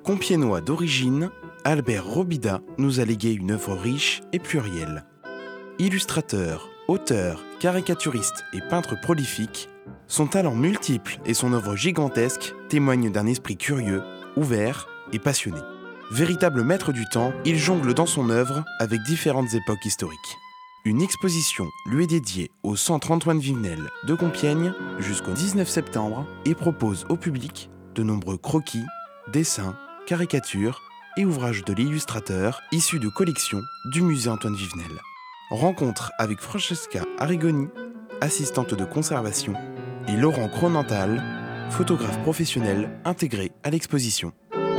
Compiègnois d'origine, Albert Robida nous a légué une œuvre riche et plurielle. Illustrateur, auteur, caricaturiste et peintre prolifique, son talent multiple et son œuvre gigantesque témoignent d'un esprit curieux, ouvert et passionné. Véritable maître du temps, il jongle dans son œuvre avec différentes époques historiques. Une exposition lui est dédiée au centre Antoine Vivenel de Compiègne jusqu'au 19 septembre et propose au public de nombreux croquis, dessins, caricatures et ouvrages de l'illustrateur issus de collections du musée Antoine Vivenel. Rencontre avec Francesca Arrigoni, assistante de conservation, et Laurent Cronental, photographe professionnel intégré à l'exposition.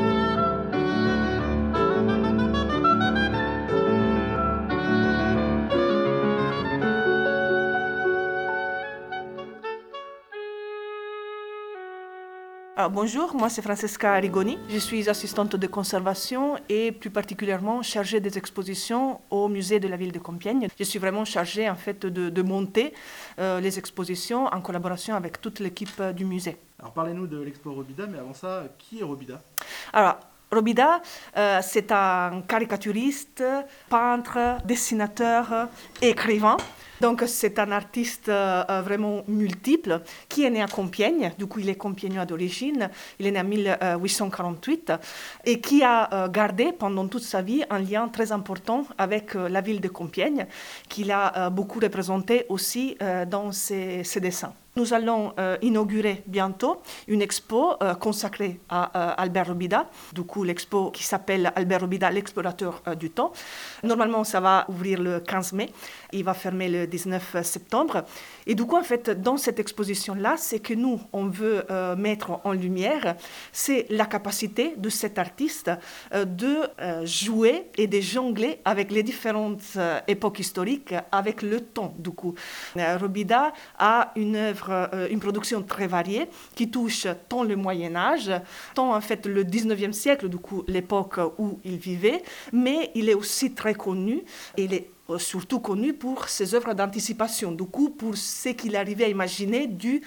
Bonjour, moi c'est Francesca Arrigoni. Je suis assistante de conservation et plus particulièrement chargée des expositions au musée de la ville de Compiègne. Je suis vraiment chargée en fait de monter les expositions en collaboration avec toute l'équipe du musée. Alors parlez-nous de l'expo Robida, mais avant ça, qui est Robida ? Alors, Robida, c'est un caricaturiste, peintre, dessinateur, écrivain. Donc c'est un artiste vraiment multiple qui est né à Compiègne, du coup il est compiègnois d'origine, il est né en 1848 et qui a gardé pendant toute sa vie un lien très important avec la ville de Compiègne, qu'il a beaucoup représenté aussi dans ses dessins. Nous allons inaugurer bientôt une expo consacrée à Albert Robida, du coup l'expo qui s'appelle Albert Robida, l'explorateur du temps. Normalement, ça va ouvrir le 15 mai, il va fermer le 19 septembre. Et du coup, en fait, dans cette exposition-là, c'est que nous, on veut mettre en lumière, c'est la capacité de cet artiste de jouer et de jongler avec les différentes époques historiques, avec le temps, du coup. Robida a une production très variée qui touche tant le Moyen-Âge, tant en fait le 19e siècle, du coup l'époque où il vivait, mais il est aussi très connu, et il est surtout connu pour ses œuvres d'anticipation, du coup pour ce qu'il arrivait à imaginer du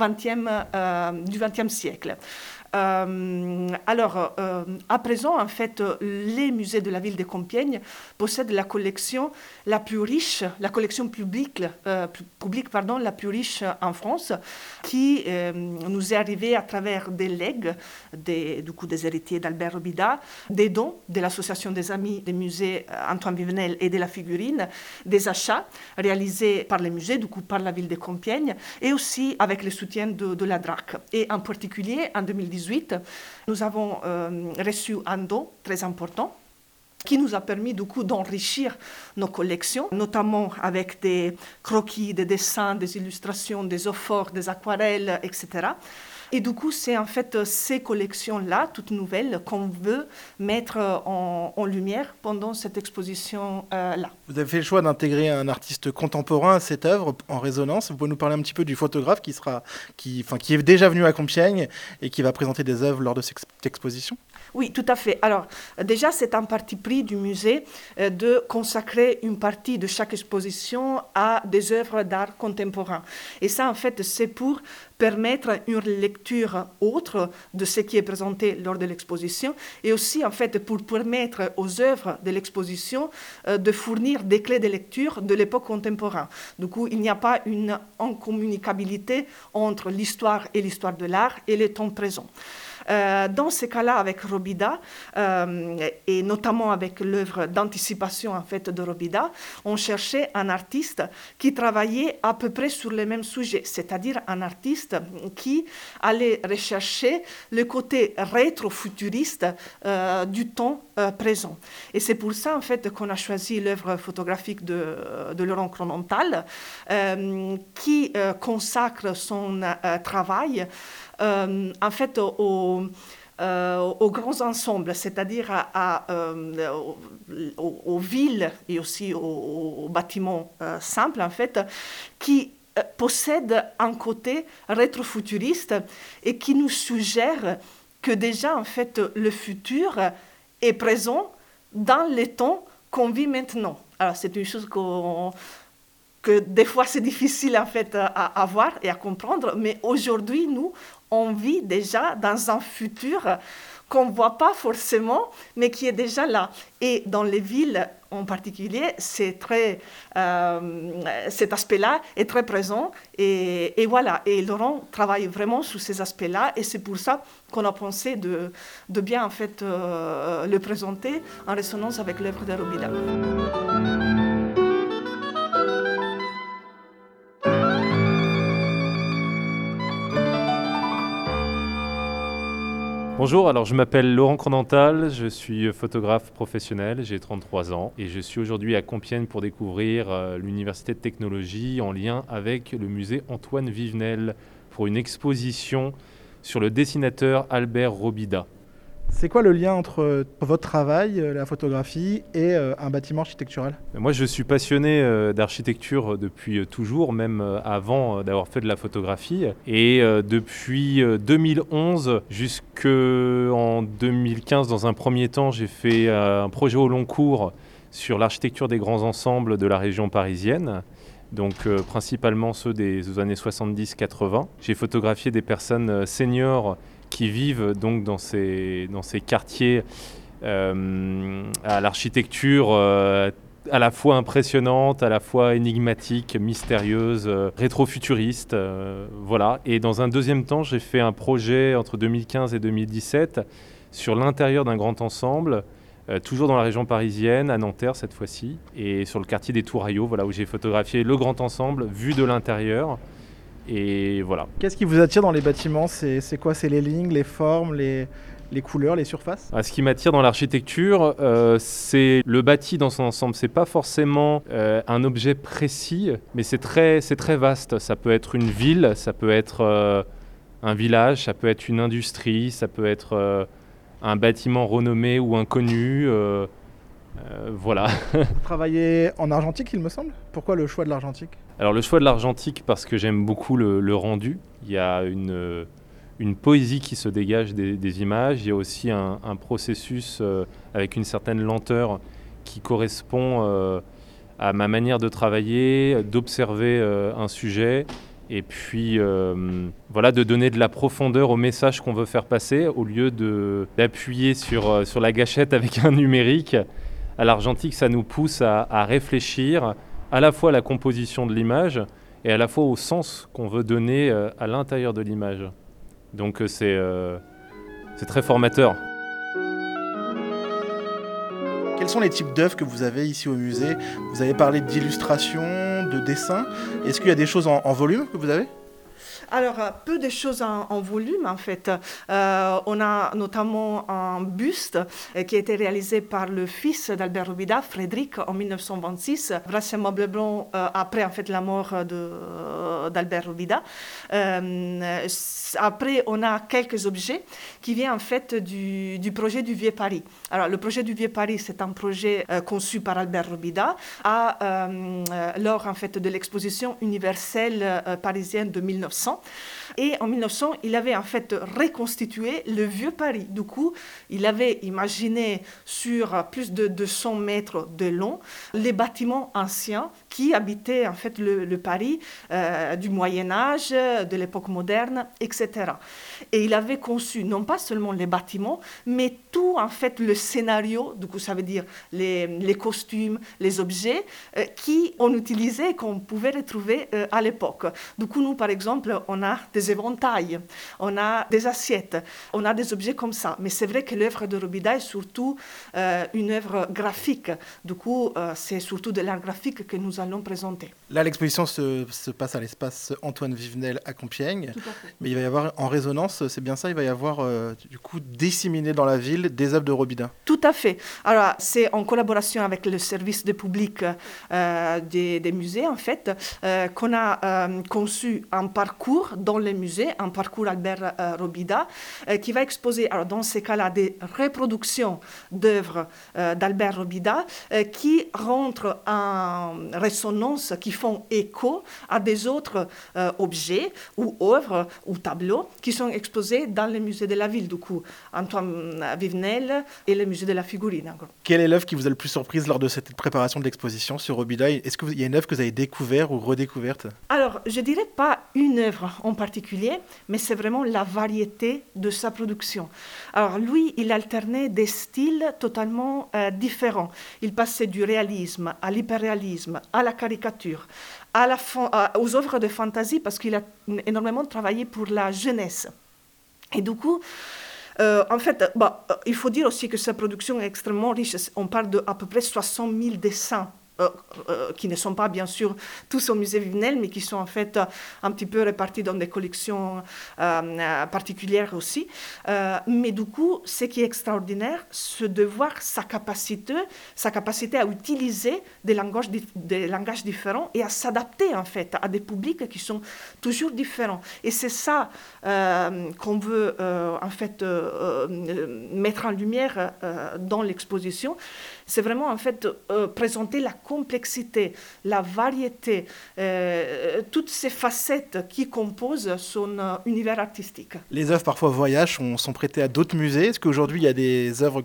XXe siècle. À présent, en fait, les musées de la ville de Compiègne possèdent la collection la plus riche, la collection publique la plus riche en France, qui nous est arrivée à travers des legs, des héritiers d'Albert Robida, des dons de l'Association des Amis des musées Antoine Vivenel et de la figurine, des achats réalisés par les musées, du coup par la ville de Compiègne, et aussi avec le soutien de la DRAC. Et en particulier, en 2018, nous avons reçu un don très important qui nous a permis du coup d'enrichir nos collections, notamment avec des croquis, des dessins, des illustrations, des eaux-forts, des aquarelles, etc. Et du coup, c'est en fait ces collections-là, toutes nouvelles, qu'on veut mettre en lumière pendant cette exposition-là. Vous avez fait le choix d'intégrer un artiste contemporain à cette œuvre en résonance. Vous pouvez nous parler un petit peu du photographe qui est déjà venu à Compiègne et qui va présenter des œuvres lors de cette exposition ? Oui, tout à fait. Alors, déjà, c'est un parti pris du musée de consacrer une partie de chaque exposition à des œuvres d'art contemporain. Et ça, en fait, c'est pour permettre une lecture autre de ce qui est présenté lors de l'exposition et aussi, en fait, pour permettre aux œuvres de l'exposition de fournir des clés de lecture de l'époque contemporaine. Du coup, il n'y a pas une incommunicabilité entre l'histoire et l'histoire de l'art et le temps présent. Dans ces cas-là, avec Robida, et notamment avec l'œuvre d'anticipation en fait, de Robida, on cherchait un artiste qui travaillait à peu près sur les mêmes sujets, c'est-à-dire un artiste qui allait rechercher le côté rétro-futuriste du temps présent. Et c'est pour ça en fait, qu'on a choisi l'œuvre photographique de Laurent Cronental, qui consacre son travail en fait aux grands ensembles, c'est-à-dire aux villes et aussi aux bâtiments simples, en fait, qui possèdent un côté rétrofuturiste et qui nous suggère que déjà, en fait, le futur est présent dans les temps qu'on vit maintenant. Alors, c'est une chose que des fois c'est difficile en fait à voir et à comprendre, mais aujourd'hui, nous, on vit déjà dans un futur qu'on ne voit pas forcément, mais qui est déjà là. Et dans les villes en particulier, cet aspect-là est très présent. Et voilà, et Laurent travaille vraiment sur ces aspects-là, et c'est pour ça qu'on a pensé de bien en fait, le présenter en résonance avec l'œuvre de Robida. Bonjour, alors je m'appelle Laurent Cronental, je suis photographe professionnel, j'ai 33 ans et je suis aujourd'hui à Compiègne pour découvrir l'université de technologie en lien avec le musée Antoine Vivenel pour une exposition sur le dessinateur Albert Robida. C'est quoi le lien entre votre travail, la photographie, et un bâtiment architectural ? Moi, je suis passionné d'architecture depuis toujours, même avant d'avoir fait de la photographie. Et depuis 2011 jusqu'en 2015, dans un premier temps, j'ai fait un projet au long cours sur l'architecture des grands ensembles de la région parisienne. Donc principalement ceux des années 70-80. J'ai photographié des personnes seniors qui vivent donc dans ces quartiers à l'architecture à la fois impressionnante, à la fois énigmatique, mystérieuse, rétro-futuriste. Voilà. Et dans un deuxième temps, j'ai fait un projet entre 2015 et 2017 sur l'intérieur d'un grand ensemble, toujours dans la région parisienne, à Nanterre cette fois-ci, et sur le quartier des Tourailleaux, voilà, où j'ai photographié le grand ensemble vu de l'intérieur. Et voilà. Qu'est-ce qui vous attire dans les bâtiments ? C'est quoi ? C'est les lignes, les formes, les couleurs, les surfaces ? Ce qui m'attire dans l'architecture, c'est le bâti dans son ensemble. C'est pas forcément un objet précis, mais c'est très vaste. Ça peut être une ville, ça peut être un village, ça peut être une industrie, ça peut être un bâtiment renommé ou inconnu. Voilà. Vous travaillez en argentique, il me semble. Pourquoi le choix de l'argentique ? Alors le choix de l'argentique parce que j'aime beaucoup le rendu. Il y a une poésie qui se dégage des images. Il y a aussi un processus avec une certaine lenteur qui correspond à ma manière de travailler, d'observer un sujet et puis voilà, de donner de la profondeur au message qu'on veut faire passer au lieu d'appuyer sur la gâchette avec un numérique. À l'argentique, ça nous pousse à réfléchir à la fois à la composition de l'image et à la fois au sens qu'on veut donner à l'intérieur de l'image. Donc c'est très formateur. Quels sont les types d'œuvres que vous avez ici au musée ? Vous avez parlé d'illustration, de dessin. Est-ce qu'il y a des choses en volume que vous avez ? Alors, peu de choses en volume, en fait. On a notamment un buste qui a été réalisé par le fils d'Albert Robida, Frédéric, en 1926, grâce à un meuble blanc après, en fait, la mort d'Albert Robida. Après, on a quelques objets qui viennent, en fait, du projet du Vieux Paris. Alors, le projet du Vieux Paris, c'est un projet conçu par Albert Robida lors, en fait, de l'exposition universelle parisienne de 1900. Et en 1900, il avait en fait reconstitué le vieux Paris. Du coup, il avait imaginé sur plus de 200 mètres de long les bâtiments anciens qui habitaient en fait le Paris du Moyen-Âge, de l'époque moderne, etc. Et il avait conçu non pas seulement les bâtiments, mais tout en fait le scénario, du coup ça veut dire les costumes, les objets qu'on utilisait et qu'on pouvait retrouver à l'époque. Du coup, nous par exemple, on a des éventails, on a des assiettes, on a des objets comme ça. Mais c'est vrai que l'œuvre de Robida est surtout une œuvre graphique. Du coup, c'est surtout de l'art graphique que nous allons présenter. Là, l'exposition se passe à l'espace Antoine Vivenel à Compiègne. Tout à fait. Mais il va y avoir, en résonance, c'est bien ça, il va y avoir du coup disséminé dans la ville des œuvres de Robida. Tout à fait. Alors, c'est en collaboration avec le service de public des musées, en fait, qu'on a conçu un parcours dans les musées, un parcours Albert Robida, qui va exposer, alors dans ces cas-là, des reproductions d'œuvres d'Albert Robida qui rentrent en résonance, qui font écho à des autres objets ou œuvres ou tableaux qui sont exposés dans les musées de la ville, du coup, Antoine Vivenel et le musée de la figurine. Quelle est l'œuvre qui vous a le plus surprise lors de cette préparation de l'exposition sur Robida ? Est-ce qu'il y a une œuvre que vous avez découverte ou redécouverte ? Alors, je dirais pas une une œuvre en particulier, mais c'est vraiment la variété de sa production. Alors lui, il alternait des styles totalement différents. Il passait du réalisme à l'hyperréalisme, à la caricature, aux œuvres de fantaisie, parce qu'il a énormément travaillé pour la jeunesse. Et du coup, en fait, il faut dire aussi que sa production est extrêmement riche. On parle d'à peu près 60 000 dessins. Qui ne sont pas bien sûr tous au musée Vivenel, mais qui sont en fait un petit peu répartis dans des collections particulières aussi. Mais du coup, ce qui est extraordinaire, c'est de voir sa capacité à utiliser des langages différents et à s'adapter en fait à des publics qui sont toujours différents. Et c'est ça qu'on veut en fait mettre en lumière dans l'exposition. C'est vraiment en fait présenter la complexité, la variété, toutes ces facettes qui composent son univers artistique. Les œuvres parfois voyagent, sont prêtées à d'autres musées. Est-ce qu'aujourd'hui il y a des œuvres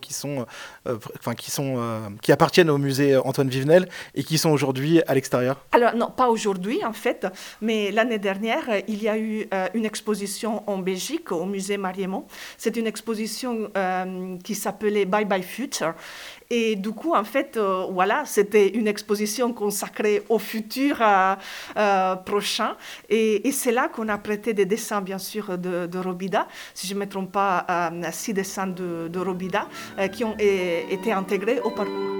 qui appartiennent au musée Antoine Vivenel et qui sont aujourd'hui à l'extérieur? Alors non, pas aujourd'hui en fait, mais l'année dernière, il y a eu une exposition en Belgique au musée Mariemont. C'est une exposition qui s'appelait Bye Bye Future. Et du coup, en fait, c'était une exposition consacrée au futur prochain. Et c'est là qu'on a prêté des dessins, bien sûr, de Robida. Si je ne me trompe pas, 6 dessins de Robida qui ont été intégrés au parcours.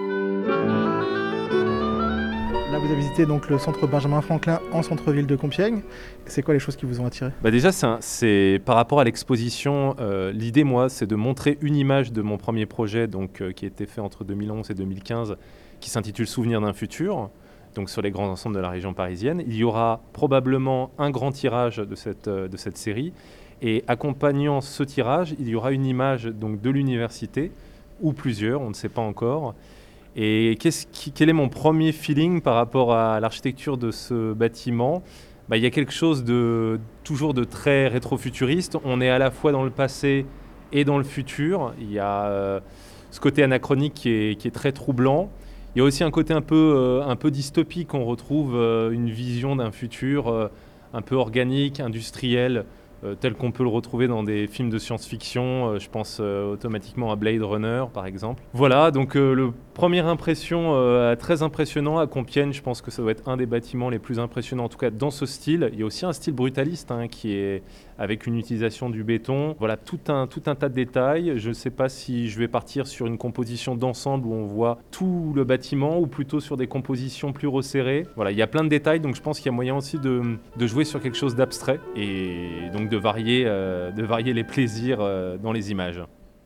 Là, vous avez visité donc le centre Benjamin Franklin en centre-ville de Compiègne. C'est quoi les choses qui vous ont attiré? Déjà, c'est par rapport à l'exposition, l'idée, moi, c'est de montrer une image de mon premier projet qui a été fait entre 2011 et 2015, qui s'intitule « Souvenir d'un futur », donc sur les grands ensembles de la région parisienne. Il y aura probablement un grand tirage de cette série. Et accompagnant ce tirage, il y aura une image donc, de l'université, ou plusieurs, on ne sait pas encore. Et quel est mon premier feeling par rapport à l'architecture de ce bâtiment? Il y a quelque chose toujours de très rétrofuturiste. On est à la fois dans le passé et dans le futur. Il y a ce côté anachronique qui est très troublant. Il y a aussi un côté un peu dystopique. On retrouve une vision d'un futur un peu organique, industriel, tel qu'on peut le retrouver dans des films de science-fiction. Je pense automatiquement à Blade Runner, par exemple. Voilà, donc le première impression très impressionnant à Compiègne. Je pense que ça doit être un des bâtiments les plus impressionnants, en tout cas dans ce style. Il y a aussi un style brutaliste qui est avec une utilisation du béton. Voilà, tout un tas de détails. Je ne sais pas si je vais partir sur une composition d'ensemble où on voit tout le bâtiment ou plutôt sur des compositions plus resserrées. Voilà, il y a plein de détails, donc je pense qu'il y a moyen aussi de jouer sur quelque chose d'abstrait et donc de varier les plaisirs dans les images.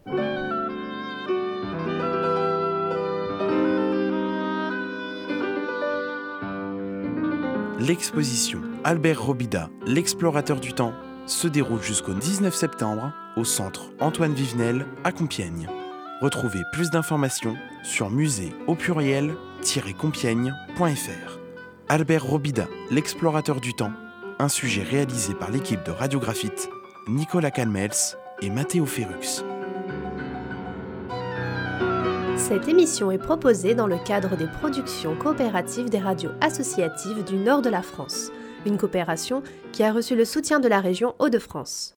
L'exposition Albert Robida, l'explorateur du temps, se déroule jusqu'au 19 septembre au centre Antoine Vivenel à Compiègne. Retrouvez plus d'informations sur musée-compiègne.fr. Albert Robida, l'explorateur du temps, un sujet réalisé par l'équipe de Radiographite, Nicolas Calmels et Mathéo Ferrux. Cette émission est proposée dans le cadre des productions coopératives des radios associatives du nord de la France, une coopération qui a reçu le soutien de la région Hauts-de-France.